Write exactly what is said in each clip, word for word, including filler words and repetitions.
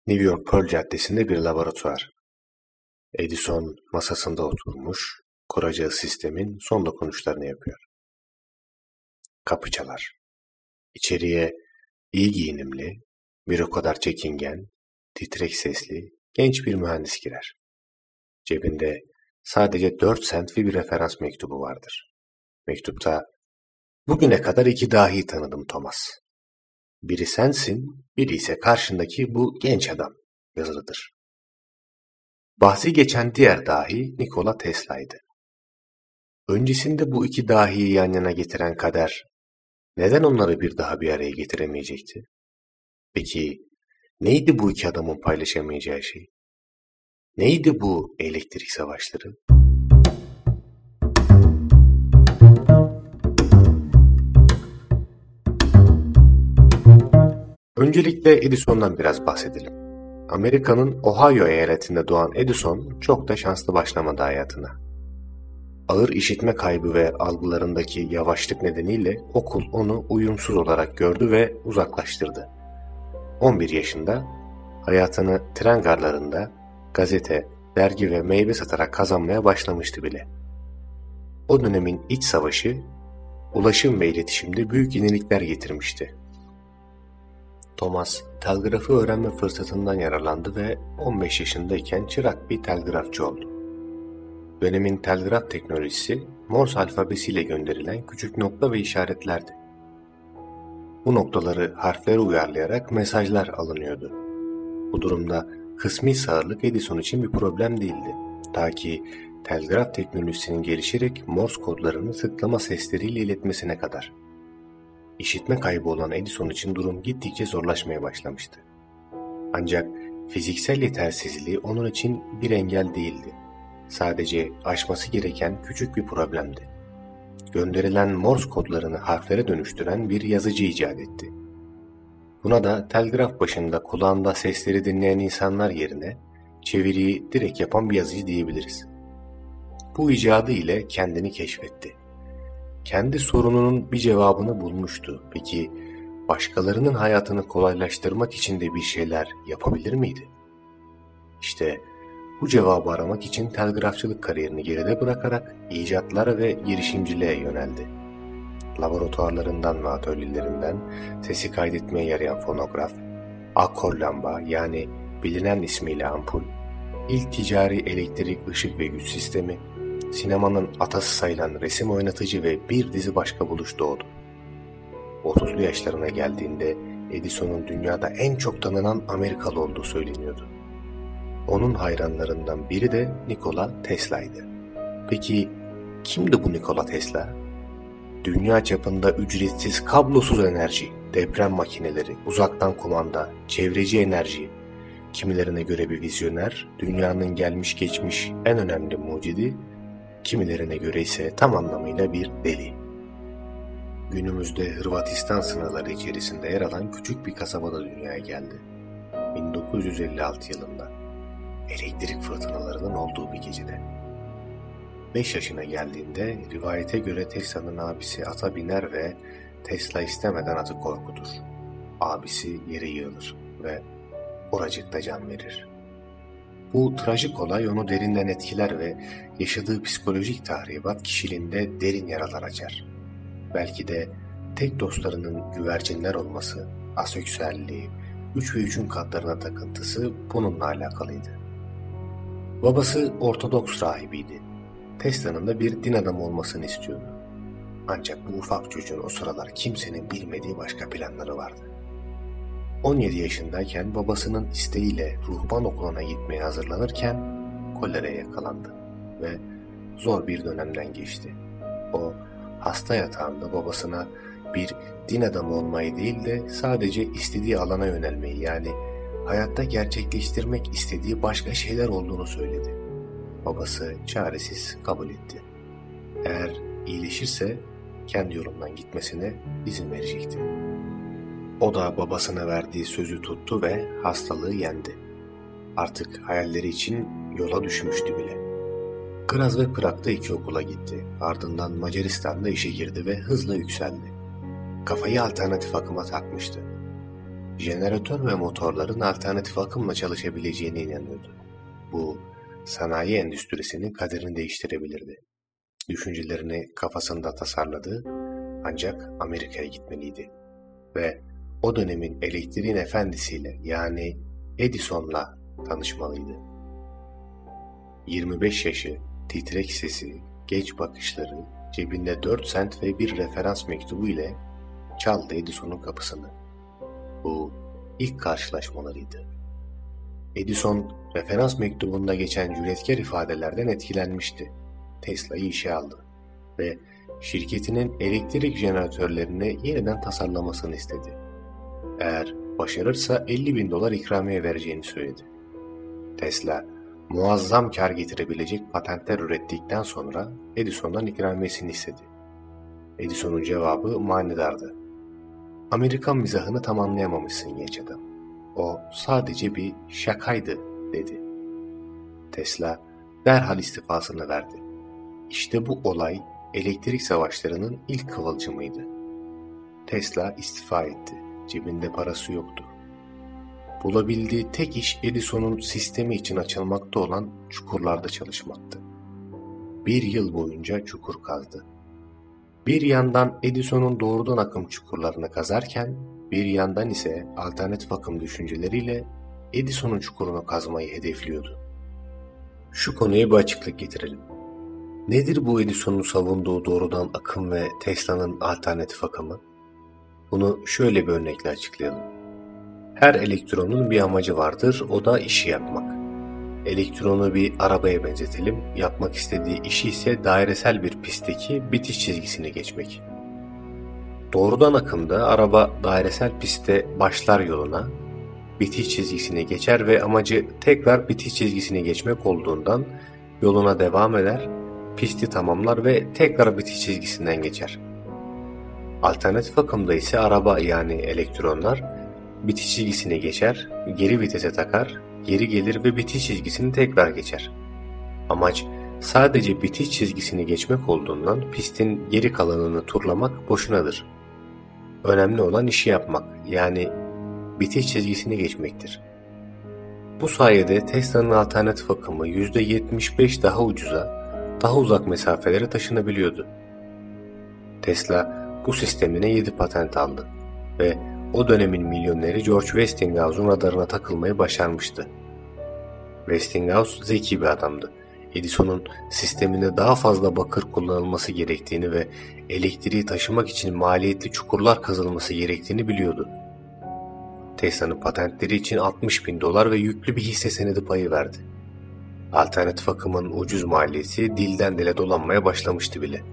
New York Pearl Caddesi'nde bir laboratuvar. Edison masasında oturmuş, kuracağı sistemin son dokunuşlarını yapıyor. Kapı çalar. İçeriye iyi giyinimli, bir o kadar çekingen, titrek sesli, genç bir mühendis girer. Cebinde sadece dört sentli bir referans mektubu vardır. Mektupta, "Bugüne kadar iki dahi tanıdım Thomas. Biri sensin, biri ise karşındaki bu genç adam" yazılıdır. Bahsi geçen diğer dahi Nikola Tesla'ydı. Öncesinde bu iki dahiyi yan yana getiren kader, neden onları bir daha bir araya getiremeyecekti? Peki, neydi bu iki adamın paylaşamayacağı şey? Neydi bu elektrik savaşları? Öncelikle Edison'dan biraz bahsedelim. Amerika'nın Ohio eyaletinde doğan Edison çok da şanslı başlamadı hayatına. Ağır işitme kaybı ve algılarındaki yavaşlık nedeniyle okul onu uyumsuz olarak gördü ve uzaklaştırdı. on bir yaşında hayatını tren garlarında gazete, dergi ve meyve satarak kazanmaya başlamıştı bile. O dönemin iç savaşı, ulaşım ve iletişimde büyük yenilikler getirmişti. Thomas, telgrafı öğrenme fırsatından yararlandı ve on beş yaşındayken çırak bir telgrafçı oldu. Dönemin telgraf teknolojisi, Morse alfabesiyle gönderilen küçük nokta ve işaretlerdi. Bu noktaları harflere uyarlayarak mesajlar alınıyordu. Bu durumda kısmi sağırlık Edison için bir problem değildi. Ta ki telgraf teknolojisinin gelişerek Morse kodlarını tıklama sesleriyle iletmesine kadar. İşitme kaybı olan Edison için durum gittikçe zorlaşmaya başlamıştı. Ancak fiziksel yetersizliği onun için bir engel değildi. Sadece aşması gereken küçük bir problemdi. Gönderilen Morse kodlarını harflere dönüştüren bir yazıcı icat etti. Buna da telgraf başında kulağında sesleri dinleyen insanlar yerine çeviriyi direkt yapan bir yazıcı diyebiliriz. Bu icadı ile kendini keşfetti. Kendi sorununun bir cevabını bulmuştu. Peki başkalarının hayatını kolaylaştırmak için de bir şeyler yapabilir miydi? İşte bu cevabı aramak için telgrafçılık kariyerini geride bırakarak icatlara ve girişimciliğe yöneldi. Laboratuvarlarından ve atölyelerinden sesi kaydetmeye yarayan fonograf, akkor lamba yani bilinen ismiyle ampul, ilk ticari elektrik, ışık ve güç sistemi, sinemanın atası sayılan resim oynatıcı ve bir dizi başka buluş doğdu. otuzlu yaşlarına geldiğinde Edison'un dünyada en çok tanınan Amerikalı olduğu söyleniyordu. Onun hayranlarından biri de Nikola Tesla'ydı. Peki kimdi bu Nikola Tesla? Dünya çapında ücretsiz kablosuz enerji, deprem makineleri, uzaktan kumanda, çevreci enerji, kimilerine göre bir vizyoner, dünyanın gelmiş geçmiş en önemli mucidi, kimilerine göre ise tam anlamıyla bir deli. Günümüzde Hırvatistan sınırları içerisinde yer alan küçük bir kasabada dünyaya geldi. bin dokuz yüz elli altı yılında, elektrik fırtınalarının olduğu bir gecede. beş yaşına geldiğinde rivayete göre Tesla'nın abisi ata biner ve Tesla istemeden atı korkutur. Abisi yere yığılır ve oracıkta can verir. Bu trajik olay onu derinden etkiler ve yaşadığı psikolojik tahribat kişiliğinde derin yaralar açar. Belki de tek dostlarının güvercinler olması, aseksüelliği, üç ve üçün katlarına takıntısı bununla alakalıydı. Babası Ortodoks rahibiydi. Tesla'nın da bir din adamı olmasını istiyordu. Ancak bu ufak çocuğun o sıralar kimsenin bilmediği başka planları vardı. on yedi yaşındayken babasının isteğiyle ruhban okuluna gitmeye hazırlanırken koleraya yakalandı ve zor bir dönemden geçti. O hasta yatağında babasına bir din adamı olmayı değil de sadece istediği alana yönelmeyi, yani hayatta gerçekleştirmek istediği başka şeyler olduğunu söyledi. Babası çaresiz kabul etti. Eğer iyileşirse kendi yolundan gitmesine izin verecekti. O da babasına verdiği sözü tuttu ve hastalığı yendi. Artık hayalleri için yola düşmüştü bile. Graz ve Prag'da iki okula gitti. Ardından Macaristan'da işe girdi ve hızla yükseldi. Kafayı alternatif akıma takmıştı. jeneratör ve motorların alternatif akımla çalışabileceğine inanıyordu. Bu, sanayi endüstrisinin kaderini değiştirebilirdi. Düşüncelerini kafasında tasarladı, ancak Amerika'ya gitmeliydi. Ve o dönemin elektriğin efendisiyle, yani Edison'la tanışmalıydı. yirmi beş yaşı, titrek sesi, genç bakışları, cebinde dört sent ve bir referans mektubu ile çaldı Edison'un kapısını. Bu ilk karşılaşmalarıydı. Edison, referans mektubunda geçen cüretkar ifadelerden etkilenmişti. Tesla'yı işe aldı ve şirketinin elektrik jeneratörlerini yeniden tasarlamasını istedi. Eğer başarırsa elli bin dolar ikramiye vereceğini söyledi. Tesla, muazzam kar getirebilecek patentler ürettikten sonra Edison'dan ikramiyesini istedi. Edison'un cevabı manidardı. Amerikan mizahını tam anlayamamışsın genç adam. O sadece bir şakaydı, dedi. Tesla derhal istifasını verdi. İşte bu olay elektrik savaşlarının ilk kıvılcımıydı. Tesla istifa etti. Cebinde parası yoktu. Bulabildiği tek iş Edison'un sistemi için açılmakta olan çukurlarda çalışmaktı. Bir yıl boyunca çukur kazdı. Bir yandan Edison'un doğrudan akım çukurlarını kazarken, bir yandan ise alternatif akım düşünceleriyle Edison'un çukurunu kazmayı hedefliyordu. Şu konuya bir açıklık getirelim. Nedir bu Edison'un savunduğu doğrudan akım ve Tesla'nın alternatif akımı? Bunu şöyle bir örnekle açıklayalım. Her elektronun bir amacı vardır, o da işi yapmak. Elektronu bir arabaya benzetelim, yapmak istediği işi ise dairesel bir pistteki bitiş çizgisini geçmek. Doğrudan akımda araba dairesel pistte başlar yoluna, bitiş çizgisini geçer ve amacı tekrar bitiş çizgisini geçmek olduğundan yoluna devam eder, pisti tamamlar ve tekrar bitiş çizgisinden geçer. Alternatif akımda ise araba yani elektronlar bitiş çizgisini geçer, geri vitese takar, geri gelir ve bitiş çizgisini tekrar geçer. Amaç sadece bitiş çizgisini geçmek olduğundan pistin geri kalanını turlamak boşunadır. Önemli olan işi yapmak, yani bitiş çizgisini geçmektir. Bu sayede Tesla'nın alternatif akımı yüzde yetmiş beş daha ucuza, daha uzak mesafelere taşınabiliyordu. Tesla bu sistemine yedi patent aldı ve o dönemin milyoneri George Westinghouse'un radarına takılmayı başarmıştı. Westinghouse zeki bir adamdı. Edison'un sisteminde daha fazla bakır kullanılması gerektiğini ve elektriği taşımak için maliyetli çukurlar kazılması gerektiğini biliyordu. Tesla'nın patentleri için altmış bin dolar ve yüklü bir hisse senedi payı verdi. Alternatif akımın ucuz maliyeti dilden dile dolanmaya başlamıştı bile.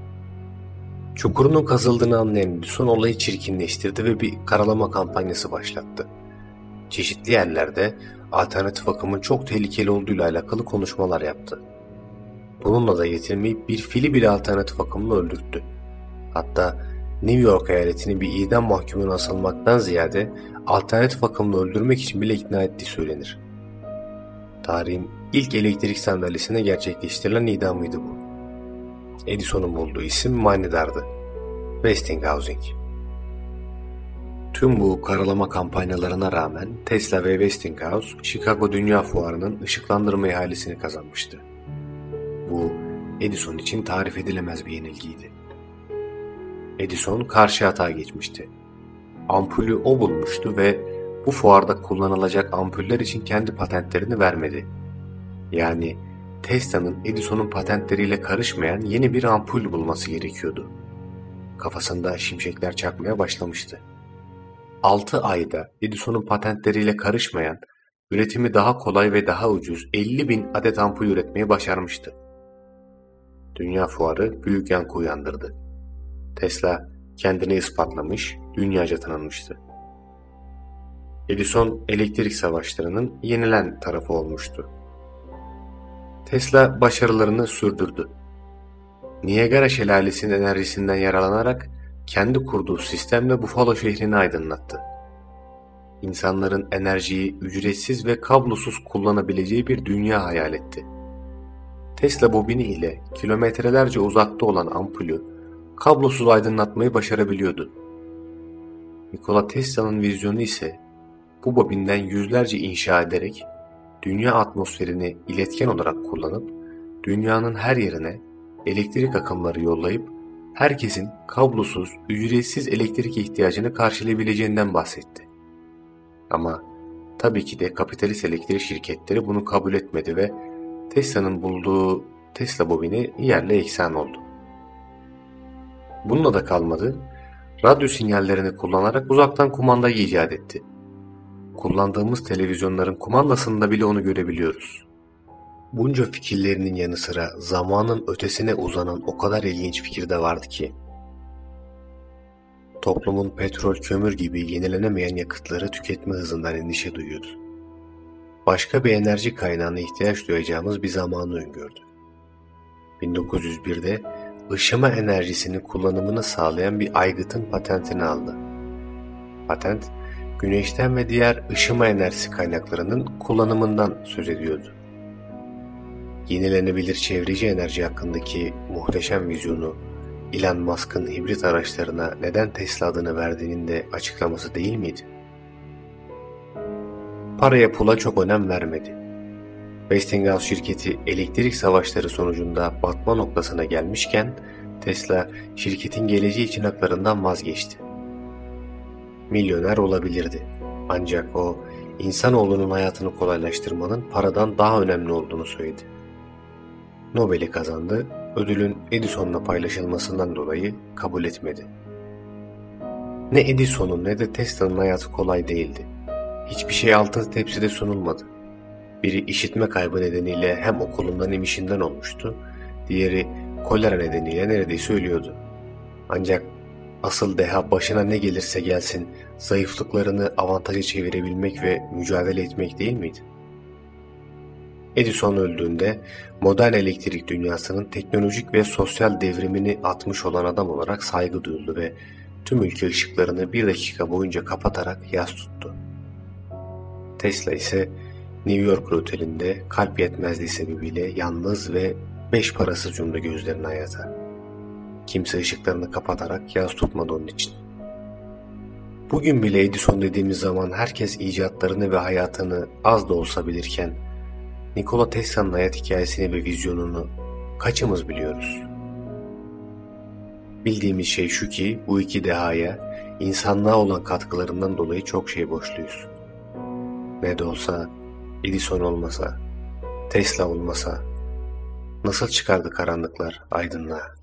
Çukurunun kazıldığını anlayan Edison olayı çirkinleştirdi ve bir karalama kampanyası başlattı. Çeşitli yerlerde alternatif akımın çok tehlikeli olduğuyla alakalı konuşmalar yaptı. Bununla da yetinmeyip bir fili bile alternatif akımla öldürttü. Hatta New York eyaletini bir idam mahkumuna asılmaktan ziyade alternatif akımla öldürmek için bile ikna ettiği söylenir. Tarihin ilk elektrik sandalyesine gerçekleştirilen idamıydı bu. Edison'un bulduğu isim manidardı. Westinghousing. Tüm bu karalama kampanyalarına rağmen Tesla ve Westinghouse, Chicago Dünya Fuarı'nın ışıklandırma ihalesini kazanmıştı. Bu, Edison için tarif edilemez bir yenilgiydi. Edison karşı hata geçmişti. Ampulü o bulmuştu ve bu fuarda kullanılacak ampuller için kendi patentlerini vermedi. Yani Tesla'nın Edison'un patentleriyle karışmayan yeni bir ampul bulması gerekiyordu. Kafasında şimşekler çakmaya başlamıştı. altı ayda Edison'un patentleriyle karışmayan, üretimi daha kolay ve daha ucuz elli bin adet ampul üretmeyi başarmıştı. Dünya fuarı büyük yankı uyandırdı. Tesla kendini ispatlamış, dünyaca tanınmıştı. Edison elektrik savaşlarının yenilen tarafı olmuştu. Tesla başarılarını sürdürdü. Niagara Şelalesi'nin enerjisinden yararlanarak kendi kurduğu sistemle Buffalo şehrini aydınlattı. İnsanların enerjiyi ücretsiz ve kablosuz kullanabileceği bir dünya hayal etti. Tesla bobini ile kilometrelerce uzakta olan ampulü kablosuz aydınlatmayı başarabiliyordu. Nikola Tesla'nın vizyonu ise bu bobinden yüzlerce inşa ederek dünya atmosferini iletken olarak kullanıp dünyanın her yerine elektrik akımları yollayıp herkesin kablosuz, ücretsiz elektrik ihtiyacını karşılayabileceğinden bahsetti. Ama tabii ki de kapitalist elektrik şirketleri bunu kabul etmedi ve Tesla'nın bulduğu Tesla bobini yerle eksan oldu. Bununla da kalmadı, radyo sinyallerini kullanarak uzaktan kumanda icat etti. Kullandığımız televizyonların kumandasında bile onu görebiliyoruz. Bunca fikirlerinin yanı sıra zamanın ötesine uzanan o kadar ilginç fikir de vardı ki, toplumun petrol, kömür gibi yenilenemeyen yakıtları tüketme hızından endişe duyuyordu. Başka bir enerji kaynağına ihtiyaç duyacağımız bir zamanı öngördü. bin dokuz yüz birde ışıma enerjisinin kullanımını sağlayan bir aygıtın patentini aldı. Patent, güneşten ve diğer ışıma enerjisi kaynaklarının kullanımından söz ediyordu. Yenilenebilir çevreci enerji hakkındaki muhteşem vizyonu, Elon Musk'ın hibrit araçlarına neden Tesla adını verdiğinin de açıklaması değil miydi? Paraya pula çok önem vermedi. Westinghouse şirketi elektrik savaşları sonucunda batma noktasına gelmişken Tesla şirketin geleceği için haklarından vazgeçti. Milyoner olabilirdi. Ancak o, insanoğlunun hayatını kolaylaştırmanın paradan daha önemli olduğunu söyledi. Nobel'i kazandı, ödülün Edison'la paylaşılmasından dolayı kabul etmedi. Ne Edison'un ne de Tesla'nın hayatı kolay değildi. Hiçbir şey altın tepside sunulmadı. Biri işitme kaybı nedeniyle hem okulundan hem işinden olmuştu, diğeri kolera nedeniyle neredeyse ölüyordu. Ancak asıl deha başına ne gelirse gelsin zayıflıklarını avantaja çevirebilmek ve mücadele etmek değil miydi? Edison öldüğünde modern elektrik dünyasının teknolojik ve sosyal devrimini atmış olan adam olarak saygı duyuldu ve tüm ülke ışıklarını bir dakika boyunca kapatarak yas tuttu. Tesla ise New York otelinde kalp yetmezliği sebebiyle yalnız ve beş parasız yumdu gözlerini hayata. Kimse ışıklarını kapatarak yas tutmadı onun için. Bugün bile Edison dediğimiz zaman herkes icatlarını ve hayatını az da olsa bilirken Nikola Tesla'nın hayat hikayesini ve vizyonunu kaçımız biliyoruz? Bildiğimiz şey şu ki bu iki dehaya insanlığa olan katkılarından dolayı çok şey borçluyuz. Ne de olsa Edison olmasa, Tesla olmasa nasıl çıkardı karanlıklar aydınlığa?